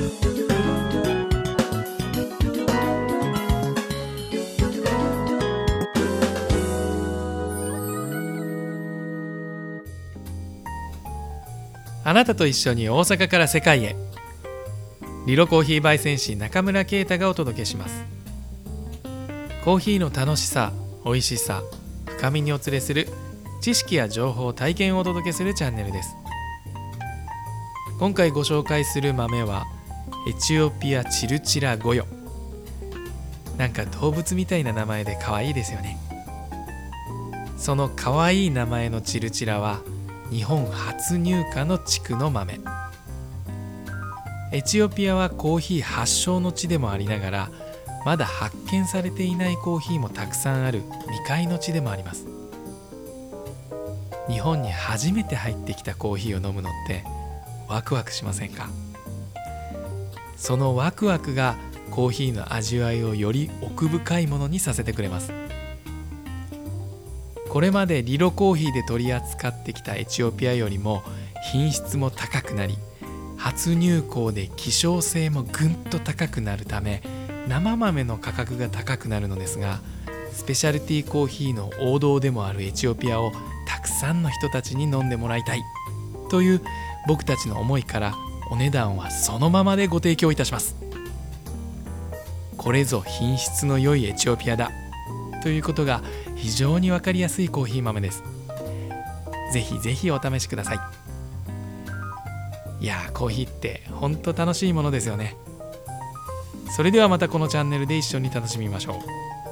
あなたと一緒に大阪から世界へ。リロコーヒー焙煎士中村啓太がお届けします。コーヒーの楽しさ、美味しさ、深みにお連れする知識や情報、体験をお届けするチャンネルです。今回ご紹介する豆はエチオピアチルチラゴヨ。なんか動物みたいな名前で可愛いですよね。その可愛い名前のチルチラは日本初入荷の地区の豆。エチオピアはコーヒー発祥の地でもありながら、まだ発見されていないコーヒーもたくさんある未開の地でもあります。日本に初めて入ってきたコーヒーを飲むのってワクワクしませんか？そのワクワクがコーヒーの味わいをより奥深いものにさせてくれます。これまでリロコーヒーで取り扱ってきたエチオピアよりも品質も高くなり、初入港で希少性もぐんと高くなるため、生豆の価格が高くなるのですが、スペシャルティーコーヒーの王道でもあるエチオピアをたくさんの人たちに飲んでもらいたいという僕たちの思いから、お値段はそのままでご提供いたします。これぞ品質の良いエチオピアだということが非常に分かりやすいコーヒー豆です。ぜひぜひお試しください。いやー、コーヒーって本当楽しいものですよね。それではまたこのチャンネルで一緒に楽しみましょう。